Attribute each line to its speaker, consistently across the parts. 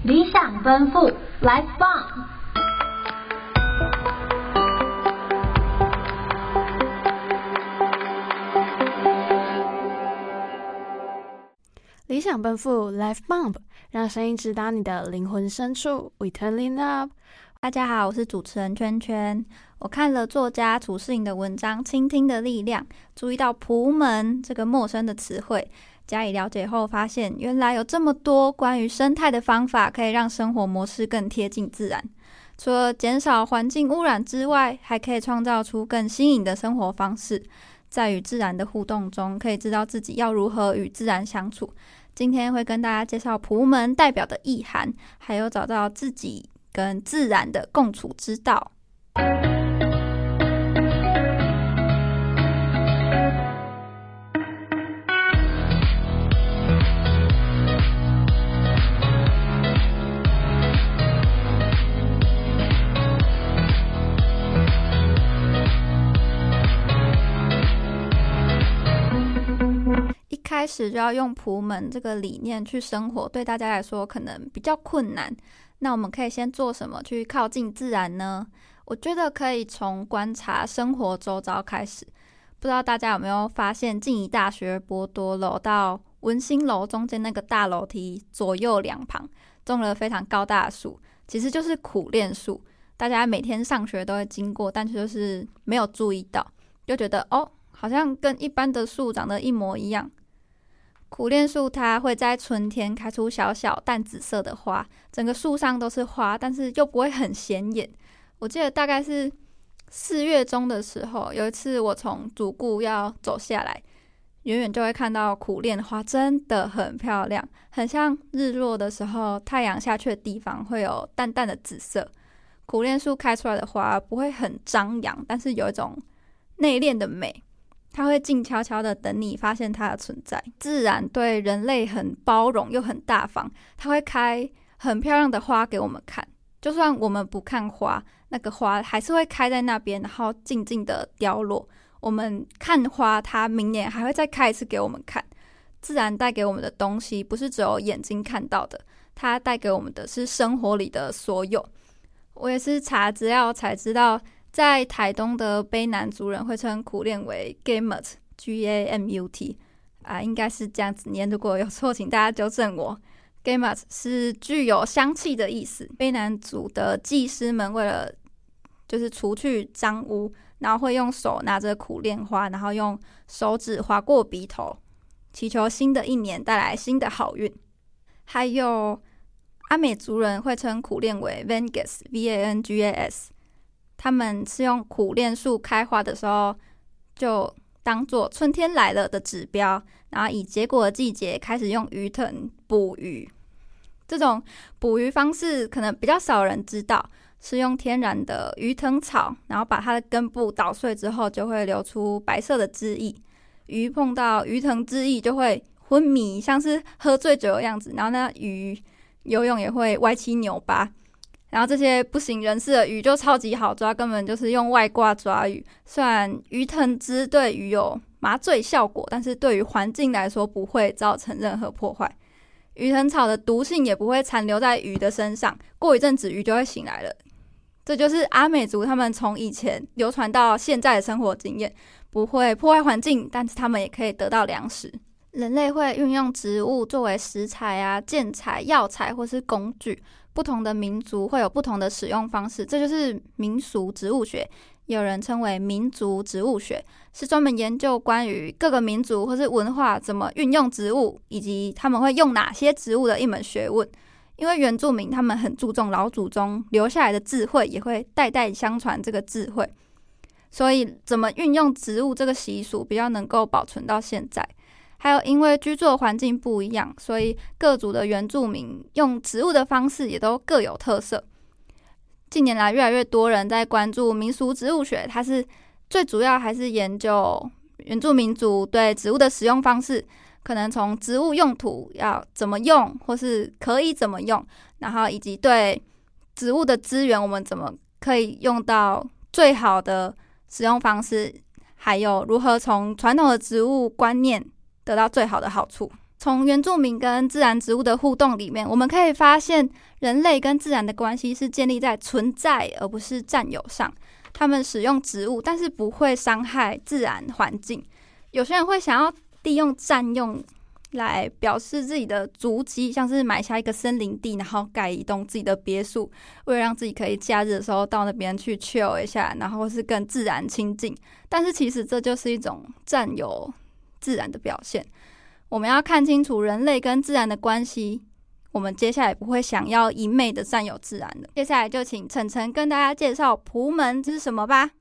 Speaker 1: 理想奔赴 Life Bomb。
Speaker 2: 理想奔赴 Life Bomb， 让声音直达你的灵魂深处。We turn it up。
Speaker 3: 大家好，我是主持人圈圈。我看了作家楚世颖的文章《倾听的力量》，注意到仆门这个陌生的词汇，加以了解后发现，原来有这么多关于生态的方法，可以让生活模式更贴近自然。除了减少环境污染之外，还可以创造出更新颖的生活方式。在与自然的互动中，可以知道自己要如何与自然相处。今天会跟大家介绍仆门代表的意涵，还有找到自己跟自然的共处之道。一开始就要用仆门这个理念去生活，对大家来说可能比较困难。那我们可以先做什么去靠近自然呢？我觉得可以从观察生活周遭开始。不知道大家有没有发现，静宜大学博多楼到文心楼中间那个大楼梯左右两旁种了非常高大的树，其实就是苦楝树。大家每天上学都会经过，但就是没有注意到，就觉得好像跟一般的树长得一模一样。苦楝树它会在春天开出小小淡紫色的花，整个树上都是花，但是又不会很显眼。我记得大概是4月中的时候，有一次我从主顾要走下来，远远就会看到苦楝花，真的很漂亮，很像日落的时候太阳下去的地方会有淡淡的紫色。苦楝树开出来的花不会很张扬，但是有一种内敛的美，它会静悄悄的等你发现它的存在。自然对人类很包容又很大方，它会开很漂亮的花给我们看，就算我们不看花，那个花还是会开在那边，然后静静的凋落。我们看花，它明年还会再开一次给我们看。自然带给我们的东西不是只有眼睛看到的，它带给我们的是生活里的所有。我也是查资料才知道，在台东的卑南族人会称苦楝为 Gamut G-A-M-U-T 应该是这样子念，如果有错请大家纠正我。Gamut 是具有香气的意思。卑南族的祭司们为了就是除去脏污，然后会用手拿着苦楝花，然后用手指划过鼻头，祈求新的一年带来新的好运。还有阿美族人会称苦楝为 Vangas V-A-N-G-A-S， 他们是用苦楝树开花的时候就当作春天来了的指标，然后以结果的季节开始用鱼藤捕鱼。这种捕鱼方式可能比较少人知道，是用天然的鱼藤草，然后把它的根部捣碎之后，就会流出白色的汁液。鱼碰到鱼藤汁液就会昏迷，像是喝醉酒的样子，然后那鱼游泳也会歪七扭八。然后这些不省人事的鱼就超级好抓，根本就是用外挂抓鱼。虽然鱼藤汁对鱼有麻醉效果，但是对于环境来说不会造成任何破坏。鱼藤草的毒性也不会残留在鱼的身上，过一阵子鱼就会醒来了。这就是阿美族他们从以前流传到现在的生活经验，不会破坏环境，但是他们也可以得到粮食。人类会运用植物作为食材建材、药材或是工具，不同的民族会有不同的使用方式，这就是民俗植物学，也有人称为民族植物学，是专门研究关于各个民族或是文化怎么运用植物，以及他们会用哪些植物的一门学问。因为原住民他们很注重老祖宗留下来的智慧，也会代代相传这个智慧，所以怎么运用植物这个习俗比较能够保存到现在。还有因为居住的环境不一样，所以各族的原住民用植物的方式也都各有特色。近年来越来越多人在关注民俗植物学，它是最主要还是研究原住民族对植物的使用方式，可能从植物用途要怎么用，或是可以怎么用，然后以及对植物的资源我们怎么可以用到最好的使用方式，还有如何从传统的植物观念得到最好的好处。 从原住民跟自然植物的互动里面，我们可以发现人类跟自然的关系是建立在存在而不是占有上。他们使用植物，但是不会伤害自然环境。有些人会想要利用占用来表示自己的足迹，像是买下一个森林地，然后盖一栋自己的别墅，为了让自己可以假日的时候到那边去 chill 一下，然后是跟自然亲近。但是其实这就是一种占有自然的表现。我们要看清楚人类跟自然的关系，我们接下来不会想要一昧的占有自然的。接下来就请晨晨跟大家介绍蒲门是什么吧。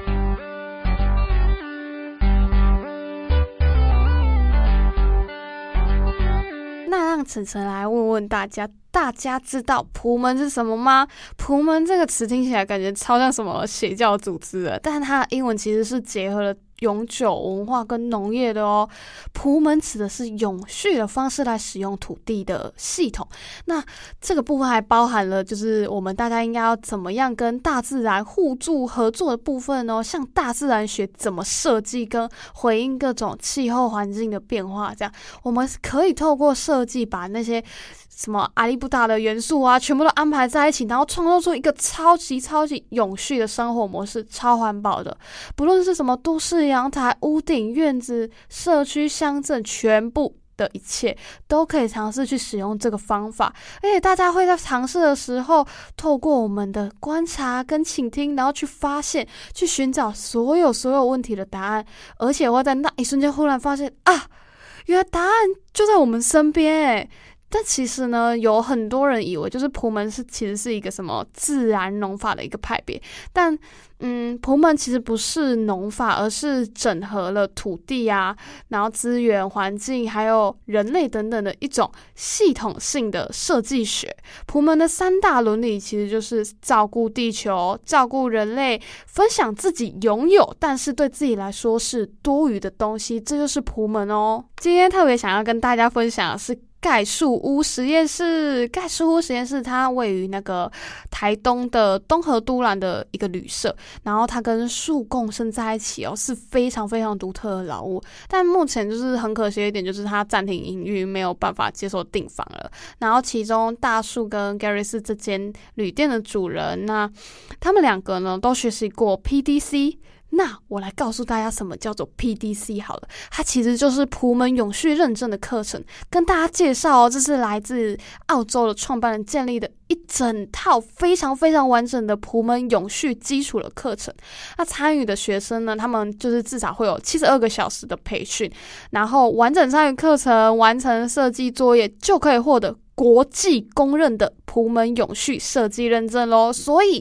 Speaker 2: 那让晨晨来问问大家，大家知道蒲门是什么吗？蒲门这个词听起来感觉超像什么邪教组织的，但它的英文其实是结合了永久文化跟农业的哦。蒲门指的是永续的方式来使用土地的系统，那这个部分还包含了就是我们大家应该要怎么样跟大自然互助合作的部分哦，像大自然学怎么设计跟回应各种气候环境的变化，这样我们可以透过设计把那些什么阿里不达的元素啊，全部都安排在一起，然后创造出一个超级永续的生活模式，超环保的。不论是什么都市阳台、屋顶、院子、社区、乡镇，全部的一切都可以尝试去使用这个方法。而且大家会在尝试的时候，透过我们的观察跟倾听，然后去发现、去寻找所有问题的答案，而且会在那一瞬间忽然发现啊，原来答案就在我们身边欸。但其实呢，有很多人以为就是蒲门其实是一个什么自然农法的一个派别，但蒲门其实不是农法，而是整合了土地啊，然后资源、环境还有人类等等的一种系统性的设计学。蒲门的3大伦理其实就是照顾地球、照顾人类、分享自己拥有但是对自己来说是多余的东西，这就是蒲门哦。今天特别想要跟大家分享的是概树屋实验室。概树屋实验室它位于那个台东的东河都兰的一个旅社，然后它跟树共生在一起哦，是非常独特的老屋。但目前就是很可惜的一点，就是它暂停营运，没有办法接受订房了。然后其中大树跟 Gary 是这间旅店的主人，那他们2个呢都学习过 PDC。那我来告诉大家什么叫做 PDC 好了，它其实就是蒲门永续认证的课程，跟大家介绍哦，这是来自澳洲的创办人建立的一整套非常完整的蒲门永续基础的课程。那参与的学生呢，他们就是至少会有72个小时的培训，然后完整参与课程，完成设计作业，就可以获得国际公认的蒲门永续设计认证咯。所以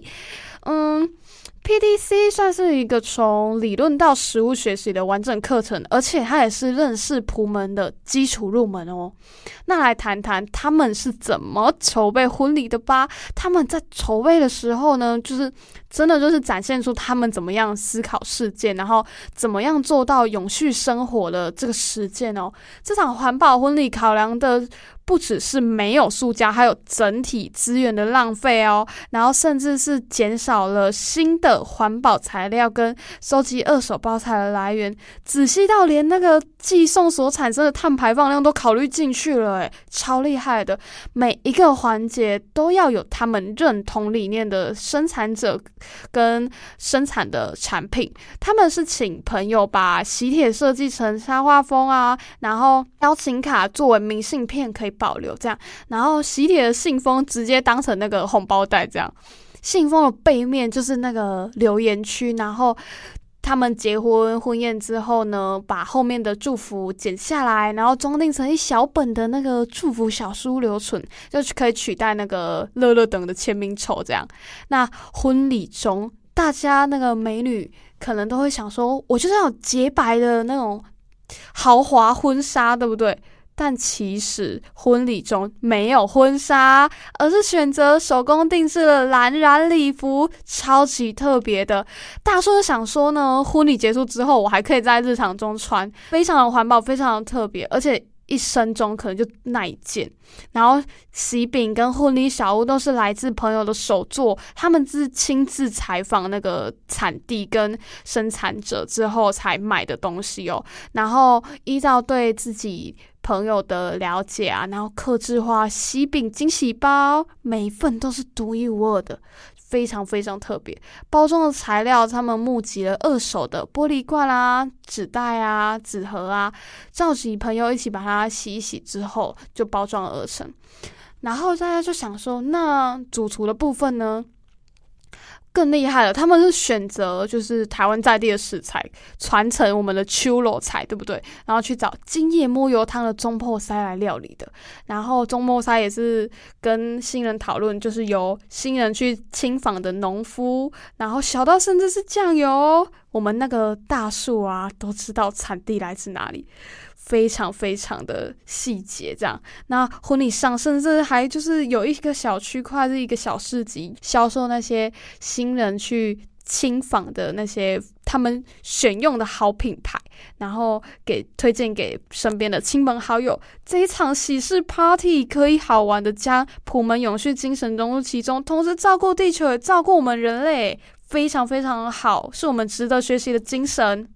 Speaker 2: PDC 算是一个从理论到实务学习的完整课程，而且它也是认识蒲门的基础入门哦。那来谈谈他们是怎么筹备婚礼的吧。他们在筹备的时候呢，就是真的就是展现出他们怎么样思考事件，然后怎么样做到永续生活的这个实践哦。这场环保婚礼考量的不只是没有塑胶，还有整体资源的浪费哦，然后甚至是减少了新的环保材料跟收集2手包材的来源，仔细到连那个寄送所产生的碳排放量都考虑进去了耶，超厉害的。每一个环节都要有他们认同理念的生产者跟生产的产品。他们是请朋友把喜帖设计成插画风啊，然后邀请卡作为明信片可以保留这样，然后喜帖的信封直接当成那个红包袋这样。信封的背面就是那个留言区，然后他们结婚婚宴之后呢，把后面的祝福剪下来，然后装订成一小本的那个祝福小书留存，就可以取代那个乐乐等的签名筹这样。那婚礼中大家那个美女可能都会想说，我就是要有洁白的那种豪华婚纱，对不对？但其实婚礼中没有婚纱，而是选择手工定制的蓝染礼服，超级特别的。大叔想说呢，婚礼结束之后我还可以在日常中穿，非常的环保，非常的特别，而且一生中可能就那一件。然后喜饼跟婚礼小物都是来自朋友的手作，他们是亲自采访那个产地跟生产者之后才买的东西哦。然后依照对自己朋友的了解啊，然后客制化喜饼惊喜包，每一份都是独一无二的，非常非常特别。包装的材料他们募集了2手的玻璃罐啊、纸袋啊、纸盒啊，召集朋友一起把它洗一洗之后就包装而成。然后大家就想说，那主厨的部分呢更厉害了，他们是选择就是台湾在地的食材，传承我们的秋肉菜，对不对？然后去找金叶摸油汤的中破塞来料理的。然后中破塞也是跟新人讨论，就是由新人去亲访的农夫，然后小到甚至是酱油，我们那个大树啊都知道产地来自哪里。非常非常的细节，这样。那婚礼上甚至还就是有一个小区块，是一个小市集，销售那些新人去亲访的那些他们选用的好品牌，然后推荐给身边的亲朋好友。这一场喜事 party 可以好玩的将普门永续精神融入其中，同时照顾地球也照顾我们人类，非常非常好，是我们值得学习的精神。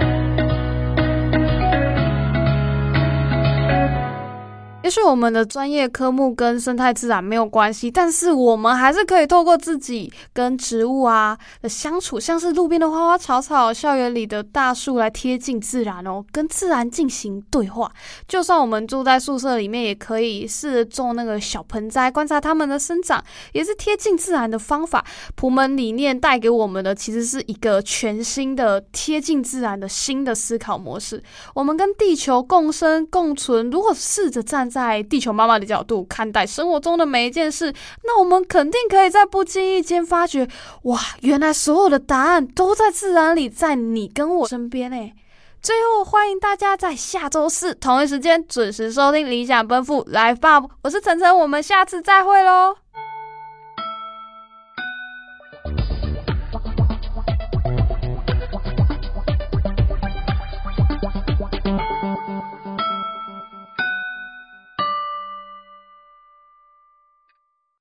Speaker 2: 也许我们的专业科目跟生态自然没有关系，但是我们还是可以透过自己跟植物啊的相处，像是路边的花花草草、校园里的大树来贴近自然哦，跟自然进行对话。就算我们住在宿舍里面，也可以试着种那个小盆栽，观察它们的生长，也是贴近自然的方法。普门理念带给我们的其实是一个全新的贴近自然的新的思考模式。我们跟地球共生共存，如果试着站在地球妈妈的角度看待生活中的每一件事，那我们肯定可以在不经意间发觉，哇，原来所有的答案都在自然里，在你跟我身边耶。最后欢迎大家在下周四同一时间准时收听理想奔赴 Live Bob， 我是晨晨，我们下次再会咯。